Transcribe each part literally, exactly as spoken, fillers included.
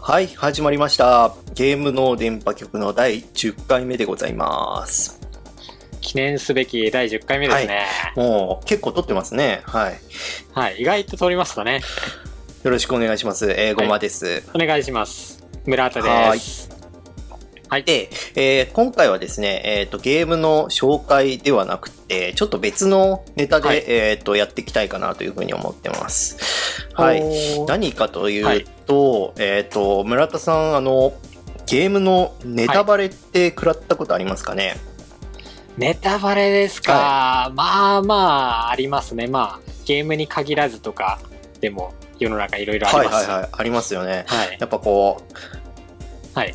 はい、始まりました。ゲームの電波局のだいじゅっかいめでございます。 記念すべきだいじゅっかいめですね。 はい、もう結構撮ってますね。はい。 はい、意外と撮りましたね。 よろしくお願いします。えー、ごまです、はい。 お願いします。村田です。 はい。で、えー、今回はですね、えっと、ゲームの紹介ではなくて、ちょっと別のネタで、はい、えっと、やっていきたいかなというふうに思ってます。はい。何かというと、はい、えっと、村田さん、あの、ゲームのネタバレって食らったことありますかね？はい、 ネタバレですか、はい、まあまあ、ありますね。まあ、ゲームに限らずとかでも、世の中いろいろあります。 はいはいはい、ありますよね。 はい。 やっぱこう、はい。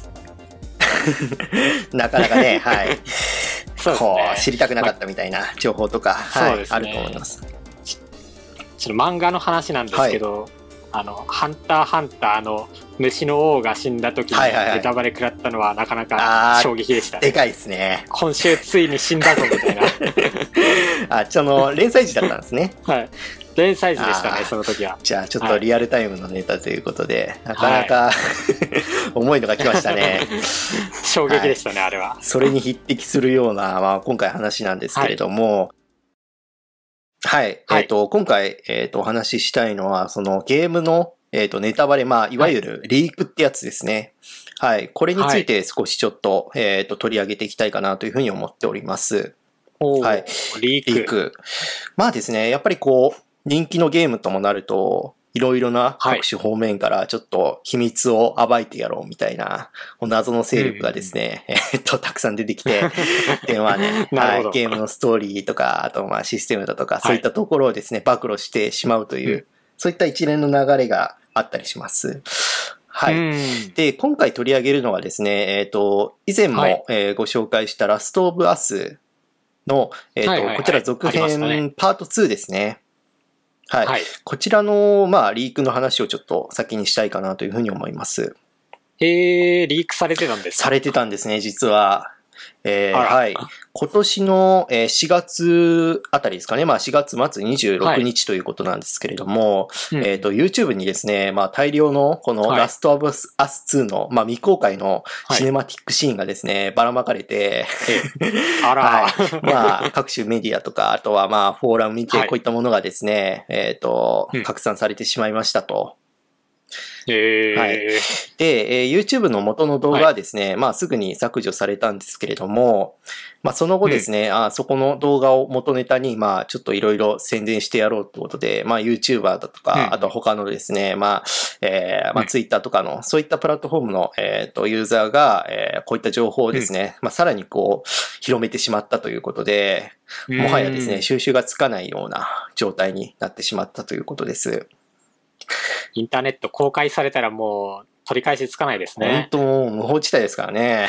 なかなかね、はい。 そうですね、 こう知りたくなかったみたいな情報とか、はい、そうですね、あると思います。 ち, ちょっと漫画の話なんですけど、はい、あのハンターハンターの虫の王が死んだ時にネタバレ食らったのはなかなか衝撃でしたね。 でかいですね。 今週ついに死んだぞみたいな。 あ、その連載時だったんですね。 はい。連載時でしたね、その時は。 じゃあちょっとリアルタイムのネタということで、はい、なかなか、はい、重いのが来ましたね。 衝撃でしたね、はい、あれは。 それに匹敵するような、まあ、今回話なんですけれども、はい。はい、えっ、ー、と、今回、えっ、ー、と、お話ししたいのは、そのゲームの、えっ、ー、と、ネタバレ、まあ、いわゆるリークってやつですね。はい。これについて少しちょっと、はい、えっ、と、取り上げていきたいかなというふうに思っております。 はい。リーク。 リーク。まあですね、やっぱりこう、人気のゲームともなると、いろいろな各種方面からちょっと秘密を暴いてやろうみたいな、謎の勢力がですね、うん、えっと、たくさん出てきて、で、まあね、はい、ゲームのストーリーとか、あとまあシステムだとか、そういったところをですね、暴露してしまうという、うん、そういった一連の流れがあったりします。はい。で、今回取り上げるのはですね、えっと、以前も、はい、えー、ご紹介したラストオブアスの、えっと、はいはいはい、こちら続編、ね、パートツーですね。はい。はい、こちらの、まあ、リークの話をちょっと先にしたいかなというふうに思います。 へー、リークされてたんですか？ されてたんですね、実は。えー、はい。今年のしがつあたりですかね。まあしがつ末にじゅうろくにちということなんですけれども、はい、えっと、YouTube にですね、まあ大量のこのラストオブアスツーの、まあ未公開のシネマティックシーンがですね、ばらまかれて、 あら、 はい。まあ各種メディアとか、あとはまあフォーラム見てこういったものがですね、はい、えっと、拡散されてしまいましたと。 えー、 はい。で、えー、YouTube の元の動画はですね、はい、まあすぐに削除されたんですけれども、まあその後ですね、うん、あそこの動画を元ネタに、まあちょっといろいろ宣伝してやろうってことで、まあ YouTuber だとか、うん、あとは他のですね、まあ、えー、まあ Twitter とかの、そういったプラットフォームの、えっと、ユーザーが、えー、こういった情報をですね、うん、まあさらにこう、広めてしまったということで、もはやですね、収集がつかないような状態になってしまったということです。 インターネット公開されたらもう取り返しつかないですね。 本当もう無法地帯ですからね。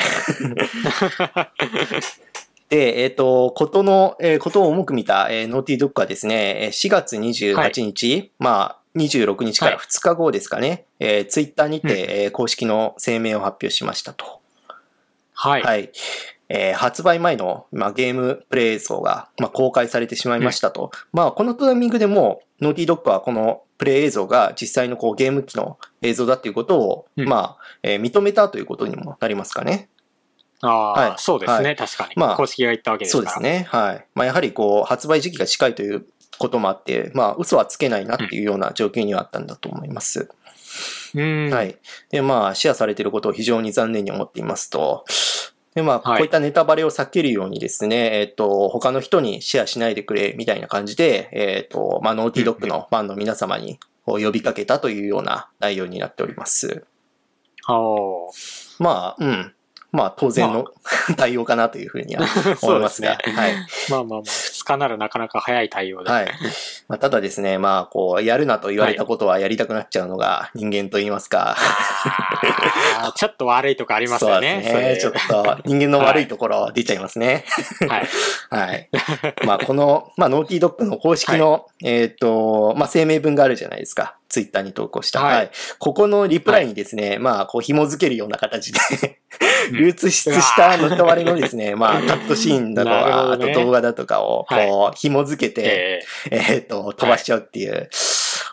で、えっ、ー、と、ことの、えー、ことを重く見た、えー、ノーティードッグはですね、しがつにじゅうはちにち、はい、まあ、にじゅうろくにちからふつかごですかね、はい、えー、ツイッターにて、うん、えー、公式の声明を発表しましたと。 はい。 はい。えー、発売前の、まあ、ゲームプレイ映像が、まあ、公開されてしまいましたと。うん、まあ、このタイミングでも、ノーティードッグはこのプレイ映像が実際のこうゲーム機の映像だっていうことを、うん、まあ、えー、認めたということにもなりますかね。 ああ、はい、そうですね、はい、確かに。まあ、公式が言ったわけですから。 そうですね。はい。まあ、やはりこう、発売時期が近いということもあって、まあ、嘘はつけないなっていうような状況にはあったんだと思います。 うん。 はい。で、まあ、シェアされていることを非常に残念に思っていますと、で、まあ、こういったネタバレを避けるようにですね、はい、えっと、他の人にシェアしないでくれ、みたいな感じで、えっと、まあ、ノーティードッグのファンの皆様に呼びかけたというような内容になっております。 はあ。まあ、うん。まあ当然の、まあ、対応かなというふうには思いますが。 そうですね。 はい。 まあまあまあ、ふつかならなかなか早い対応で。 はい。まあ、ただですね、まあこう、やるなと言われたことはやりたくなっちゃうのが人間と言いますか。 はい、ちょっと悪いとこありますよね。 そうですね。ちょっと人間の悪いところ出ちゃいますね。 はい。 はい。まあこの、まあノーティードッグの公式の、はい、えっと、まあ声明文があるじゃないですか。ツイッターに投稿した。はい。はい、ここのリプライにですね、はい、まあこう紐付けるような形で流出したネタバレのですね、まあカットシーンだとか、ね、あと動画だとかをこう紐付けて、えー、えー、と飛ばしちゃうっていう、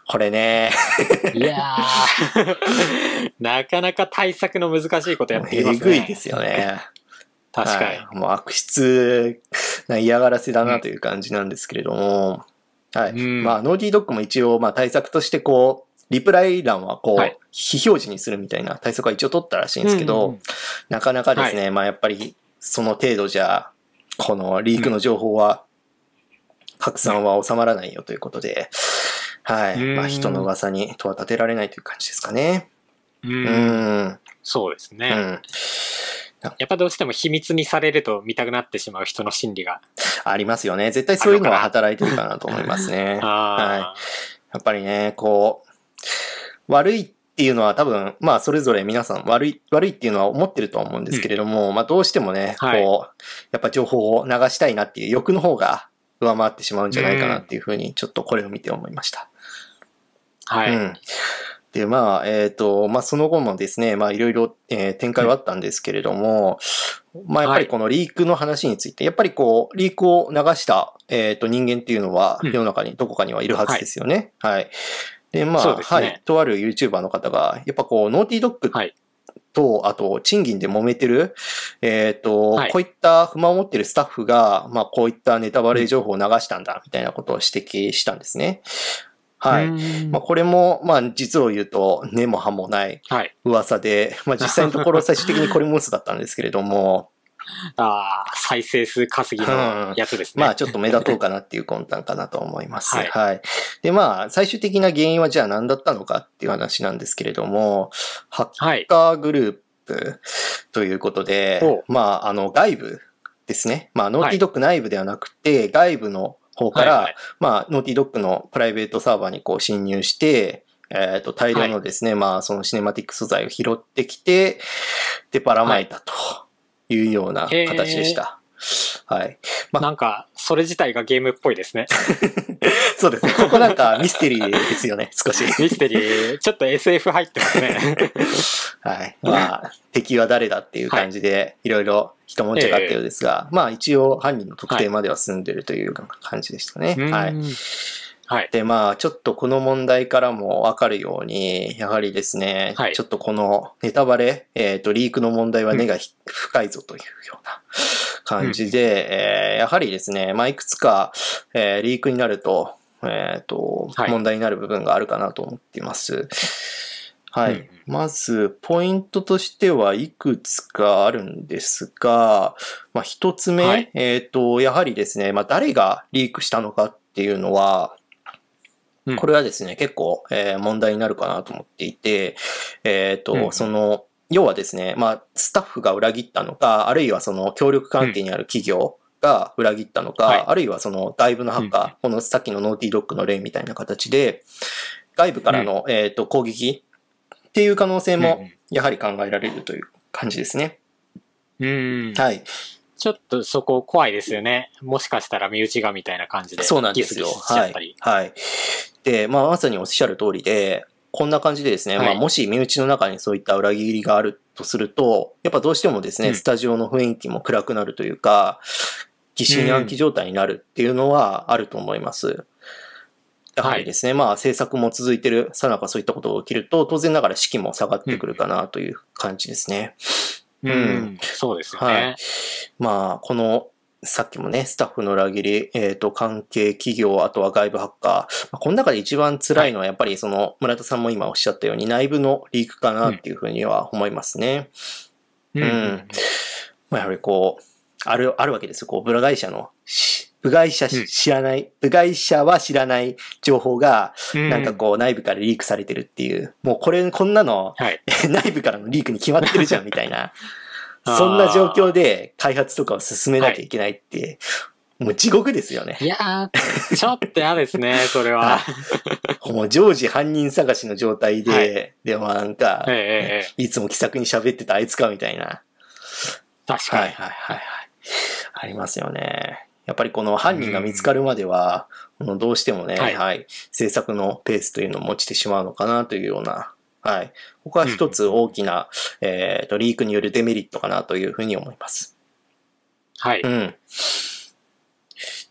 これね。 いやー、なかなか対策の難しいことやっていますね。 えぐいですよね。 確かに、はい。 もう悪質な嫌がらせだなという感じなんですけれども。うん、はい。うん、まあ、ノーティードッグも一応、まあ対策としてこう、リプライ欄はこう、はい、非表示にするみたいな対策は一応取ったらしいんですけど、うんうん、なかなかですね、はい、まあやっぱりその程度じゃ、このリークの情報は、拡散は収まらないよということで、はい。まあ人の噂に戸は立てられないという感じですかね。 うん。うんそうですね。うん。やっぱどうしても秘密にされると見たくなってしまう人の心理が。 ありますよね。絶対そういうのは働いてるかなと思いますね。はい。やっぱりね、こう、悪いっていうのは多分、まあそれぞれ皆さん悪い、悪いっていうのは思ってると思うんですけれども、うん、まあどうしてもね、こう、はい、やっぱ情報を流したいなっていう欲の方が上回ってしまうんじゃないかなっていうふうに、ちょっとこれを見て思いました。 はい。 うん。で、まあ、えっと、まあその後もですね、まあいろいろ展開はあったんですけれども、うん、まあやっぱりこのリークの話について、やっぱりこう、リークを流した、えっと人間っていうのは世の中にどこかにはいるはずですよね。うん、はい、はいで、まあ、ね、はい。とある YouTuber の方が、やっぱこう、ノーティードッグと、はい、あと、賃金で揉めてる、えっと、はい、こういった不満を持ってるスタッフが、まあ、こういったネタバレ情報を流したんだ、みたいなことを指摘したんですね。はい。まあ、これも、まあ、実を言うと、根も葉もない噂で、はい、まあ、実際のところ最終的にこれも嘘だったんですけれども、 ああ、再生数稼ぎのやつですね。 うん、まあちょっと目立とうかなっていう魂胆かなと思います。はい。はい。で、まあ最終的な原因はじゃあ何だったのかっていう話なんですけれども、ハッカーグループということで、はい、まああの外部ですね。まあノーティードッグ内部ではなくて、外部の方から、はいはい、まあノーティードッグのプライベートサーバーにこう侵入して、えっと、大量のですね、はい、まあそのシネマティック素材を拾ってきて、で、ばらまいたと。はいいうような形でした。はい。 まあ、なんか、それ自体がゲームっぽいですね。 そうですね。ここなんかミステリーですよね、少し。 ミステリー、ちょっと エスエフ 入ってますね。 はい。まあ、敵は誰だっていう感じで、いろいろ一文字があったようですが、えー、まあ一応犯人の特定までは進んでるという感じでしたね。はい。はいはい。で、まあ、ちょっとこの問題からもわかるように、やはりですね、はい、ちょっとこのネタバレ、えっと、リークの問題は根が、うん、深いぞというような感じで、うんえー、やはりですね、まあ、いくつか、えー、リークになると、えっと、はい、問題になる部分があるかなと思っています。はい。うん、まず、ポイントとしてはいくつかあるんですが、まあ、一つ目、はい、えっと、やはりですね、まあ、誰がリークしたのかっていうのは、これはですね、結構、えー、問題になるかなと思っていて、えっと、うんうん、その、要はですね、まあ、スタッフが裏切ったのか、あるいはその協力関係にある企業が裏切ったのか、うん、あるいはその外部のハッカー、うん、このさっきのノーティードッグの例みたいな形で、外部からの、うん、えっと、攻撃っていう可能性も、やはり考えられるという感じですね。 うん。 はい。 ちょっとそこ怖いですよね。もしかしたら身内がみたいな感じで。 そうなんですよ。はい。はい。で、まあ、まさにおっしゃる通りで、こんな感じでですね、はい、まあ、もし身内の中にそういった裏切りがあるとすると、やっぱどうしてもですね、うん、スタジオの雰囲気も暗くなるというか、疑心暗鬼状態になるっていうのはあると思います。やはりですね、はい、まあ、制作も続いてる、さなかそういったことが起きると、当然ながら士気も下がってくるかなという感じですね。 うん、うん、そうですよね。 はい。まあ、この、さっきもね、スタッフの裏切り、えっと、関係企業、あとは外部ハッカー。まあ、この中で一番辛いのはやっぱりその、村田さんも今おっしゃったように内部のリークかなっていうふうには思いますね。うん。うん、まあ、やはりこう、ある、あるわけですよ。こう、部外者の、部外者知らない、部外者は知らない情報が、なんかこう、内部からリークされてるっていう、もうこれ、こんなの、はい、内部からのリークに決まってるじゃん、みたいな。そんな状況で開発とかを進めなきゃいけないって、はい、もう地獄ですよね。 いやー、ちょっと嫌ですね、それは。 もう常時犯人探しの状態で、はい、でもなんか、ええ、いつも気さくに喋ってたあいつかみたいな。 確かに。 はいはいはいはい。ありますよね。やっぱりこの犯人が見つかるまでは、このどうしてもね、はい、はい、制作のペースというのを持ちてしまうのかなというような、はい。ここは一つ大きな、うん、えっと、リークによるデメリットかなというふうに思います。 はい。 うん。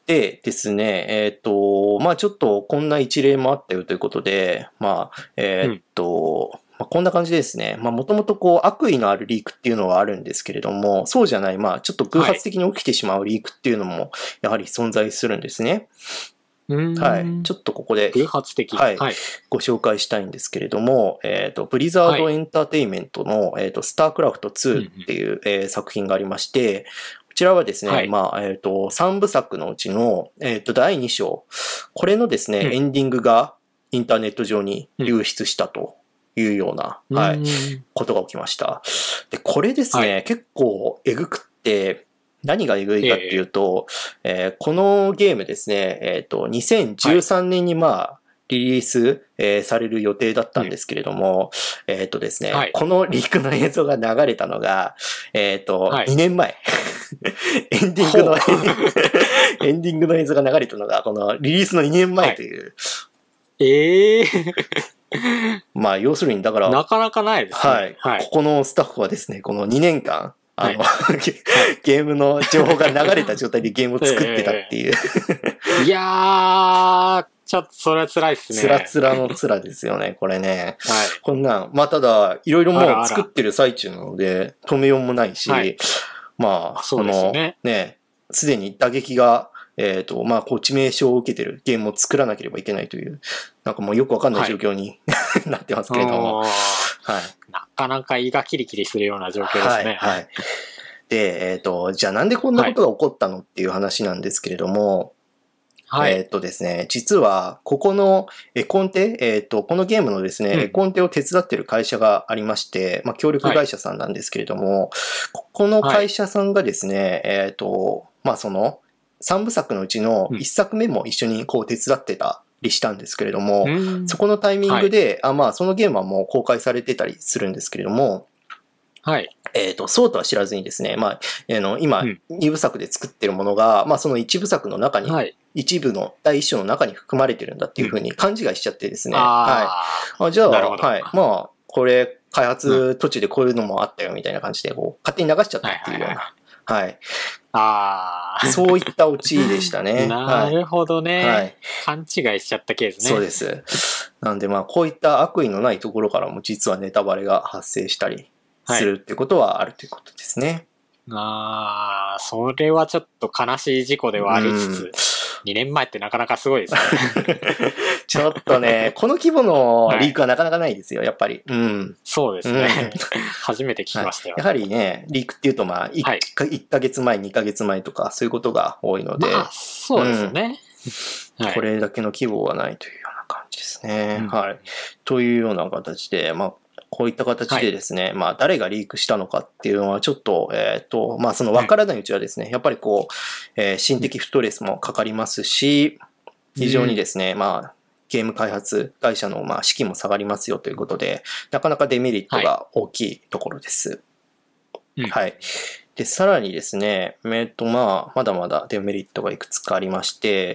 でですね、えっと、まあちょっとこんな一例もあったよということで、まあ、えっと、うんまあ、こんな感じですね。まあもともとこう悪意のあるリークっていうのはあるんですけれども、そうじゃない、まあちょっと偶発的に起きてしまうリークっていうのもやはり存在するんですね。はい。ちょっとここで、 偶発的、 はい、はい。ご紹介したいんですけれども、えっと、ブリザードエンターテインメントの、はい、えっと、スタークラフトツーっていう、うんうんえー、作品がありまして、こちらはですね、はい、まあ、えっと、さんぶさくのうちの、えっと、だいに章、これのですね、うん、エンディングがインターネット上に流出したというような、うん、はい、ことが起きました。で、これですね、はい、結構えぐくって、何がえぐいかっていうと、えーえー、このゲームですね、えっと、にせんじゅうさんねんにまあ、はい、リリース、えー、される予定だったんですけれども、うん、えっとですね、はい、このリークの映像が流れたのが、えっと、はい、にねんまえ。エンディングの、エンディングの映像が流れたのが、このリリースのにねんまえという。はい、 ええー。まあ、要するに、だから、 なかなかないですね。 はい。はい、ここのスタッフはですね、このにねんかん、あの、はい、ゲームの情報が流れた状態でゲームを作ってたっていう。 いやー、ちょっとそれは辛いっすね。 つらつらのつらですよね、これね。はい。こんなん、まあただ、いろいろもう作ってる最中なので、止めようもないし、はい、まあ、 そうですね。 ね、すでに打撃が、えっと、まあ、こう、致命傷を受けてるゲームを作らなければいけないという、なんかもうよくわかんない状況に、はい、なってますけれども。はい。 なかなか胃がキリキリするような状況ですね。 はい。はい、で、えっと、じゃあなんでこんなことが起こったのっていう話なんですけれども、はい、えっとですね、実は、ここの絵コンテ、えっと、このゲームのですね、うん、絵コンテを手伝ってる会社がありまして、まあ、協力会社さんなんですけれども、はい、ここの会社さんがですね、はい、えっと、まあ、その、さんぶさくのうちのいっさくめも一緒にこう手伝ってたりしたんですけれども、うん、そこのタイミングで、はい、あまあ、そのゲームはもう公開されてたりするんですけれども、 はい。 えっと、そうとは知らずにですね、まあ、あの、今、にぶさくで作ってるものが、まあ、そのいちぶさくの中に、はい、一部の第一章の中に含まれてるんだっていうふうに勘違いしちゃってですね。うん、はい。あじゃあ、はい。まあ、これ、開発途中でこういうのもあったよみたいな感じで、こう、勝手に流しちゃったっていうような。はい。 ああ。 そういったオチでしたね。 なるほどね。はい。勘違いしちゃったケースね。 そうです。なんでまあ、こういった悪意のないところからも実はネタバレが発生したりするってことはあるということですね。 はい、ああ、それはちょっと悲しい事故ではありつつ、にねんまえってなかなかすごいですね。 ちょっとね、この規模のリークはなかなかないですよ、やっぱり。うん。 そうですね。うん、初めて聞きましたよ、 はい。やはりね、リークっていうと、まあ1、はい、いっかげつまえ、にかげつまえとか、そういうことが多いので。 まあ、そうですよね、 うんはい。これだけの規模はないというような感じですね。うん、はい。というような形で、まあ、こういった形でですね、はい、まあ、誰がリークしたのかっていうのはちょっと、えっと、まあ、その分からないうちはですね、やっぱりこう、えー、心的ストレスもかかりますし、非常にですね、うん、まあ、ゲーム開発会社のまあ士気も下がりますよということで、なかなかデメリットが大きいところです。はい。はい、で、さらにですね、えっと、まあ、まだまだデメリットがいくつかありまして、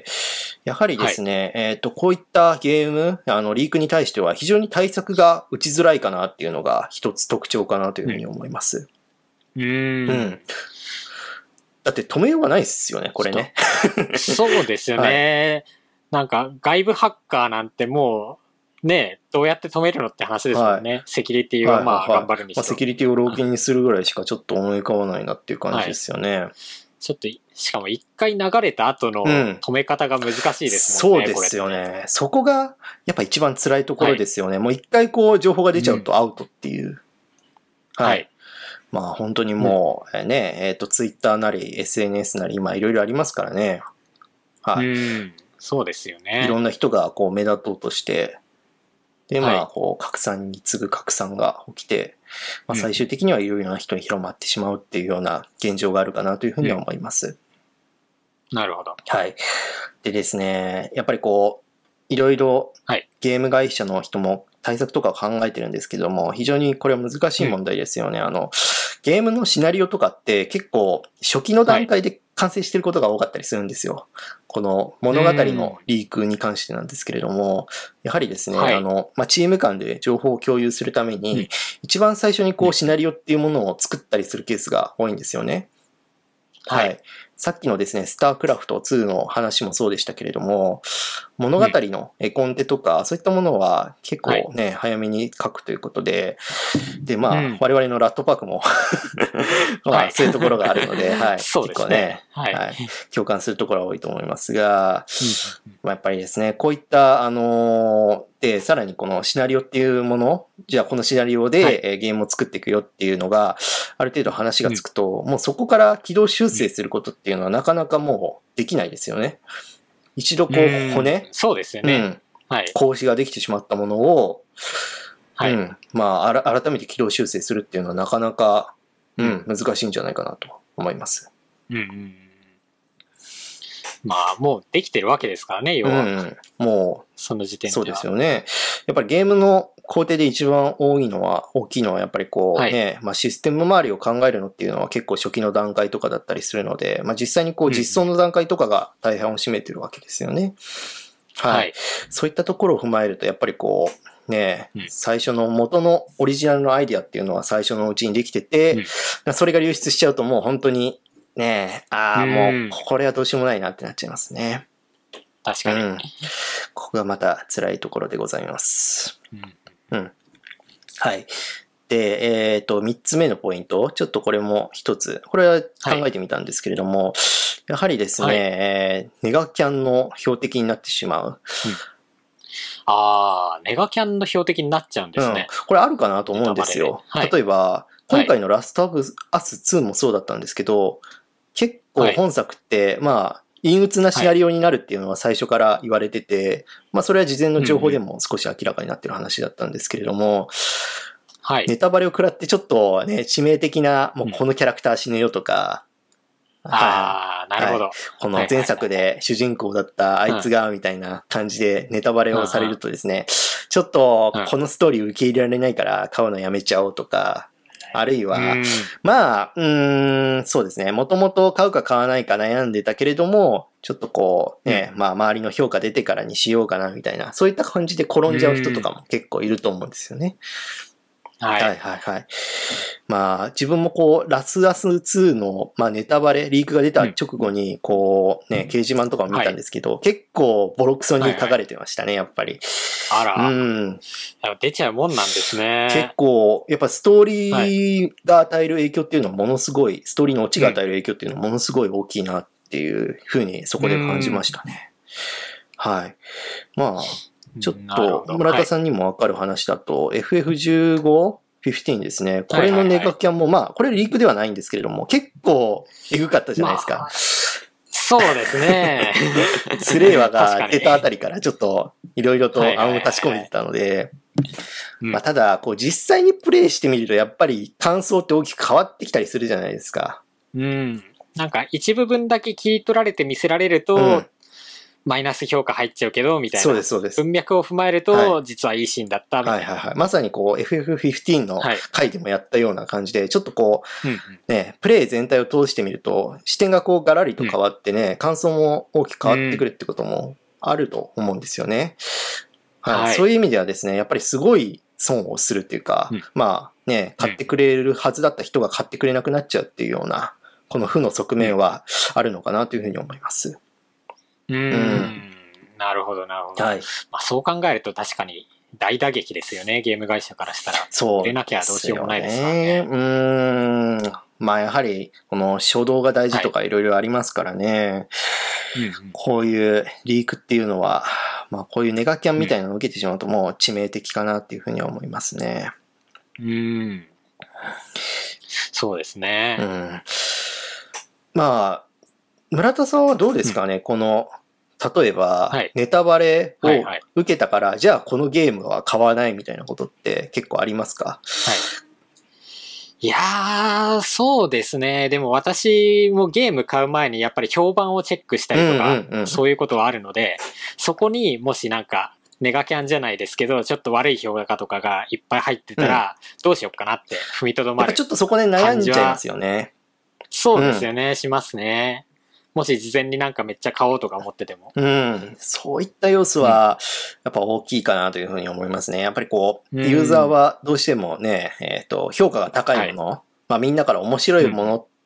やはりですね、はい、えっと、こういったゲーム、あの、リークに対しては非常に対策が打ちづらいかなっていうのが一つ特徴かなというふうに思います。 うん。うん。 だって止めようがないですよね、これね。 そうですよね。はいなんか外部ハッカーなんてもうねどうやって止めるのって話ですもんね、はい、セキュリティはまあ頑張るにして、 まあ、セキュリティをローキンにするぐらいしかちょっと思い浮かばないなっていう感じですよね、はい、 ちょっとしかも一回流れた後の止め方が難しいですもんね、 うん、そうですよねそこがやっぱ一番辛いところですよね、はい、もう一回こう情報が出ちゃうとアウトっていう、うん、はい、はいまあ本当にもうね、うん、えっとツイッターなり エスエヌエス なり今いろいろありますからねはい、 うんそうですよね。 いろんな人がこう目立とうとして、で、まあ、こう、拡散に次ぐ拡散が起きて、まあ、最終的にはいろいろな人に広まってしまうっていうような現状があるかなというふうには思います。 うん、なるほど。 はい。でですね、やっぱりこう、いろいろゲーム会社の人も対策とかを考えてるんですけども、非常にこれは難しい問題ですよね。うん、あの、ゲームのシナリオとかって結構初期の段階で完成してることが多かったりするんですよ。この物語のリークに関してなんですけれども、やはりですね、はい、あの、まあ、チーム間で情報を共有するために、うん、一番最初にこうシナリオっていうものを作ったりするケースが多いんですよね。はい。はい、 さっきのですね、スタークラフトツーの話もそうでしたけれども、物語の絵コンテとか、そういったものは結構ね、はい、早めに書くということで、で、まあ、うん、我々のラットパークもまあ、そういうところがあるので、はい。 そうですね。 結構ね、はい、はい。共感するところは多いと思いますが、まあ、やっぱりですね、こういった、あのー、で、さらにこのシナリオっていうもの、じゃあこのシナリオで、はい、えー、ゲームを作っていくよっていうのが、ある程度話がつくと、うん、もうそこから軌道修正することっていうのはなかなかもうできないですよね。一度こう、骨、 そうですよね。うん。はい。 格子ができてしまったものを、はい。うん。まあ、改めて軌道修正するっていうのはなかなか、うん、うん、難しいんじゃないかなと思います。 うんうん。まあ、もうできてるわけですからね、要は。うん。 もう、 その時点では。 そうですよね。やっぱりゲームの工程で一番多いのは、大きいのはやっぱりこうね、はい、まあシステム周りを考えるのっていうのは結構初期の段階とかだったりするので、まあ実際にこう実装の段階とかが大半を占めてるわけですよね。うん、はい、はい。そういったところを踏まえると、やっぱりこう、ね、うん、最初の元のオリジナルのアイディアっていうのは最初のうちにできてて、うん、それが流出しちゃうともう本当にね、ああ、もうこれはどうしようもないなってなっちゃいますね。 確かに、うん。 ここがまた辛いところでございます。うんうん、はい。で、えっと、三つ目のポイント、ちょっとこれも一つ、これは考えてみたんですけれども、はい、やはりですね、はい、ネガキャンの標的になってしまう。うん、 ああ、ネガキャンの標的になっちゃうんですね。 うん、これあるかなと思うんですよ。はい、例えば、今回のラストオブアスツーもそうだったんですけど、結構本作って、はい、まあ、陰鬱なシナリオになるっていうのは最初から言われてて、はい、まあそれは事前の情報でも少し明らかになってる話だったんですけれども、はい、ネタバレを食らってちょっとね、致命的な、もうこのキャラクター死ぬよとか、 うん、ああ、なるほど、はい。 この前作で主人公だったあいつが、みたいな感じでネタバレをされるとですね、ちょっとこのストーリー受け入れられないから買うのやめちゃおうとか、あるいは、まあ、うーん、そうですね。もともと買うか買わないか悩んでたけれども、ちょっとこう、ね、まあ、周りの評価出てからにしようかな、みたいな、そういった感じで転んじゃう人とかも結構いると思うんですよね。はい。はいはいはい。まあ、自分もこう、ラスアスツーの、まあ、ネタバレ、リークが出た直後に、こう、ね、掲示板とかを見たんですけど、はい、結構ボロクソに書かれてましたね、やっぱり。 あら。 うん。 出ちゃうもんなんですね。 結構、やっぱストーリーが与える影響っていうのはものすごい、ストーリーのオチが与える影響っていうのはものすごい大きいなっていうふうにそこで感じましたね。はい。まあ、ちょっと、村田さんにもわかる話だと、はい、エフエフじゅうご、じゅうごですね。これのネガキャンも、まあ、これリークではないんですけれども、結構、エグかったじゃないですか。まあ、 そうですね。 スレイワが出たあたりからちょっと、いろいろと暗を確かめてたので、まあ、ただ、こう、実際にプレイしてみると、やっぱり感想って大きく変わってきたりするじゃないですか。 うん。なんか、一部分だけ聞い取られて見せられると、うんマイナス評価入っちゃうけど、みたいな。 そうです、そうです。 文脈を踏まえると、はい、実はいいシーンだった、みたいな。 はいはいはい。まさにこう、エフエフじゅうご の回でもやったような感じで、はい、ちょっとこう、うんうん、ね、プレイ全体を通してみると、視点がこう、ガラリと変わってね、うん、感想も大きく変わってくるってこともあると思うんですよね。うん、はい。そういう意味ではですね、やっぱりすごい損をするっていうか、うん、まあね、買ってくれるはずだった人が買ってくれなくなっちゃうっていうような、この負の側面はあるのかなというふうに思います。 うん。うんなるほど、なるほど。はい。まあ、そう考えると確かに大打撃ですよね、ゲーム会社からしたら。そう。売れなきゃどうしようもないですからね。 うーん。まあ、やはり、この初動が大事とかいろいろありますからね。はい、うんうん、こういうリークっていうのは、まあ、こういうネガキャンみたいなのを受けてしまうともう致命的かなっていうふうには思いますね。 うん。そうですね。 うん。まあ、村田さんはどうですかね、うん、この、例えば、はい、ネタバレを受けたから、はいはい、じゃあこのゲームは買わないみたいなことって結構ありますか？ はい。いやー、そうですね。でも私もゲーム買う前にやっぱり評判をチェックしたりとか、うんうんうん、そういうことはあるので、そこにもしなんか、ネガキャンじゃないですけど、ちょっと悪い評価とかがいっぱい入ってたら、どうしようかなって踏みとどまる。 やっぱちょっとそこで悩んじゃいますよね。 そうですよね、うん、しますね。もし事前になんかめっちゃ買おうとか思ってても。 うん。そういった要素は、やっぱ大きいかなというふうに思いますね。やっぱりこう、ユーザーはどうしてもね、えっと、評価が高いもの、はい、まあみんなから面白いものっ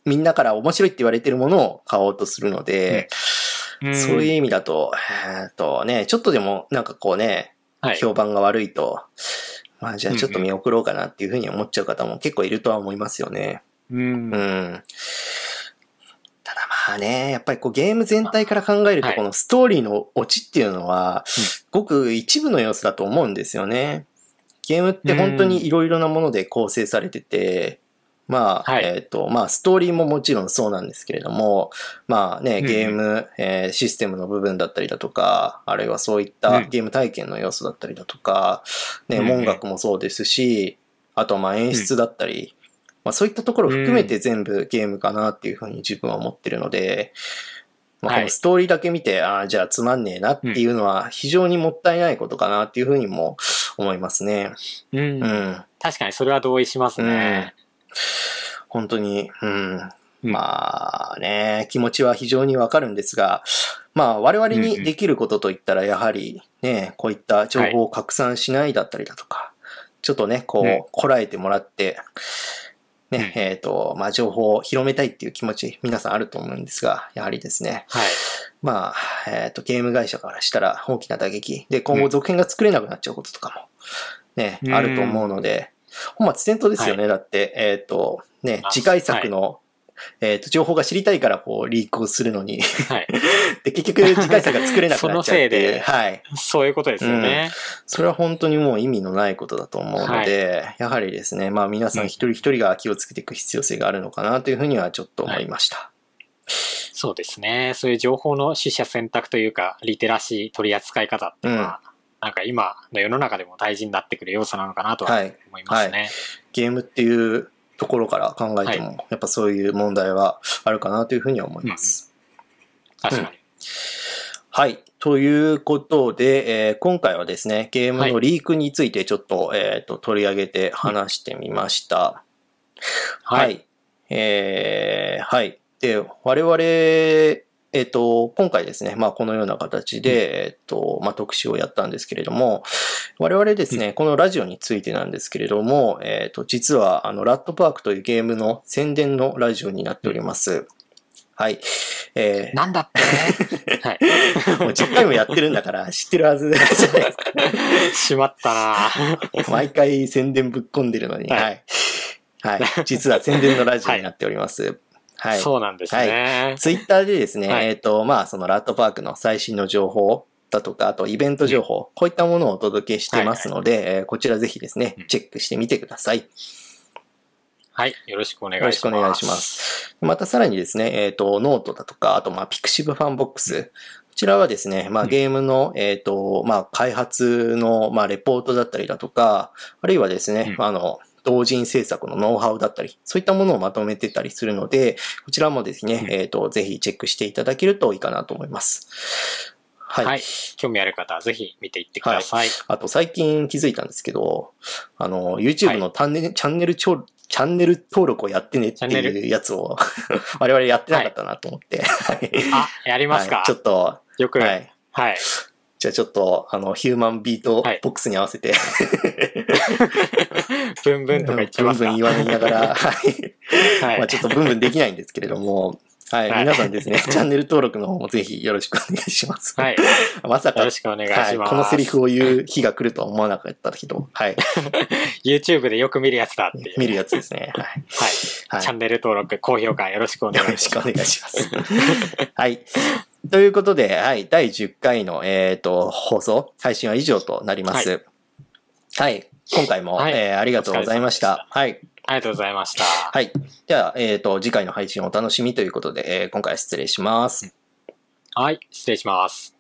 みんなから面白いって言われてるものを買おうとするので、うん、そういう意味だと、えー、っとね、ちょっとでもなんかこうね、はい、評判が悪いと、まあじゃあちょっと見送ろうかなっていうふうに思っちゃう方も結構いるとは思いますよね。 うん。 うん。ただまあね、やっぱりこうゲーム全体から考えると、このストーリーのオチっていうのは、ごく一部の要素だと思うんですよね。ゲームって本当にいろいろなもので構成されてて、まあ、はい、えっと、まあ、ストーリーももちろんそうなんですけれども、まあね、ゲーム、うん、えー、システムの部分だったりだとか、あるいはそういったゲーム体験の要素だったりだとか、ね、うん、音楽もそうですし、あとまあ演出だったり、うん、まあそういったところを含めて全部ゲームかなっていうふうに自分は思ってるので、まあ、このストーリーだけ見て、はい、ああ、じゃあつまんねえなっていうのは非常にもったいないことかなっていうふうにも思いますね。 うん。うん、確かにそれは同意しますね。 うん、本当に、うん。まあね、気持ちは非常にわかるんですが、まあ我々にできることといったらやはりね、こういった情報を拡散しないだったりだとか、はい、ちょっとね、こう、こらえてもらって、ね、えっと、まあ情報を広めたいっていう気持ち、皆さんあると思うんですが、やはりですね、 はい、 まあ、えっと、ゲーム会社からしたら大きな打撃で、今後続編が作れなくなっちゃうこととかもね、あると思うので、本末転倒ですよね。はい、だって、えっと、ね、次回作の、はい、えっと、情報が知りたいからこう、リークをするのに、はい、で、結局次回作が作れなくなっちゃうっていう。そのせいで、はい。 そういうことですよね、 うん。それは本当にもう意味のないことだと思うので、はい、やはりですね、まあ皆さん一人一人が気をつけていく必要性があるのかなというふうにはちょっと思いました。はい、 そうですね。そういう情報の取捨選択というか、リテラシー取り扱い方っていうのは、うん、なんか今の世の中でも大事になってくる要素なのかなとは思いますね。はいはい、 ゲームっていうところから考えても、はい、やっぱそういう問題はあるかなというふうには思います。 うん、確かに、うん。 はい。ということで、えー、今回はですね、ゲームのリークについてちょっと、はい、えっと、取り上げて話してみました。はい。はい、えー、はい。で、我々、えっと、今回ですね、まあこのような形で、えっと、まあ特集をやったんですけれども、我々ですね、このラジオについてなんですけれども、えっと、実はあの、ラットパークというゲームの宣伝のラジオになっております。はい。 えー、なんだってね。はい。 もうじゅっかいもやってるんだから知ってるはずじゃないですか。 しまったな毎回宣伝ぶっ込んでるのに、はい。はい。はい、実は宣伝のラジオになっております。はいはい。そうなんですね。 はい。ツイッターでですね、はい、えっと、まあ、そのラットパークの最新の情報だとか、あとイベント情報、うん、こういったものをお届けしてますので、はいはい、こちらぜひですね、チェックしてみてください。 はい。よろしくお願いします。 よろしくお願いします。またさらにですね、えっと、ノートだとか、あと、まあ、ピクシブファンボックス。こちらはですね、まあ、ゲームの、えっと、まあ、開発の、まあ、レポートだったりだとか、あるいはですね、うん、あの、同人制作のノウハウだったり、そういったものをまとめてたりするので、こちらもですね、うん、えっと、ぜひチェックしていただけるといいかなと思います。 はい。はい、興味ある方はぜひ見ていってください。はい、 あと、最近気づいたんですけど、あの、YouTube のタンネル、はい、チャンネルチャンネル登録をやってねっていうやつを我々やってなかったなと思って。 はい、あ、やりますか、はい、 ちょっと。 よく。はい。はい。 じゃあちょっと、あの、ヒューマンビートボックスに合わせて、はい、 ブンブンとか言ってますか？ ブンブン言わながら、はい。はい、まあちょっとブンブンできないんですけれども、はい。はい、皆さんですね、チャンネル登録の方もぜひよろしくお願いします。はい。まさか、 よろしくお願いします、はい。 このセリフを言う日が来るとは思わなかったけど、はい。 YouTube でよく見るやつだっていう。 見るやつですね。はい。 はい。チャンネル登録、高評価よろしくお願いします。 よろしくお願いします。はい。ということで、はい。だいじゅっかいの、えっと、放送、配信は以上となります。はい。はい、今回も、はい、えー、ありがとうございました。はい。 ありがとうございました。 はい。では、えっと、次回の配信をお楽しみということで、えー、今回は失礼します。 はい。失礼します。